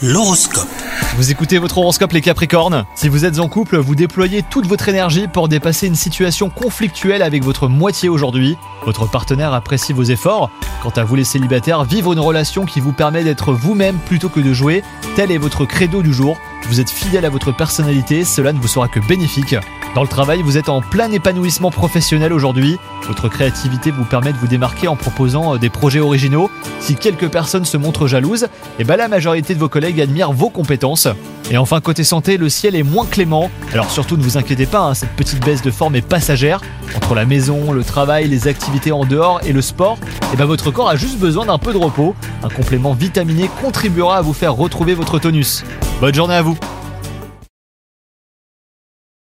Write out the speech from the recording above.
L'horoscope. Vous écoutez votre horoscope les Capricornes. Si vous êtes en couple, vous déployez toute votre énergie pour dépasser une situation conflictuelle avec votre moitié aujourd'hui. Votre partenaire apprécie vos efforts. Quant à vous les célibataires, vivre une relation qui vous permet d'être vous-même plutôt que de jouer, tel est votre credo du jour. Vous êtes fidèle à votre personnalité, cela ne vous sera que bénéfique. Dans le travail, vous êtes en plein épanouissement professionnel aujourd'hui. Votre créativité vous permet de vous démarquer en proposant des projets originaux. Si quelques personnes se montrent jalouses, la majorité de vos collègues admirent vos compétences. Et enfin, côté santé, le ciel est moins clément. Alors surtout, ne vous inquiétez pas, cette petite baisse de forme est passagère. Entre la maison, le travail, les activités en dehors et le sport, votre corps a juste besoin d'un peu de repos. Un complément vitaminé contribuera à vous faire retrouver votre tonus. Bonne journée à vous!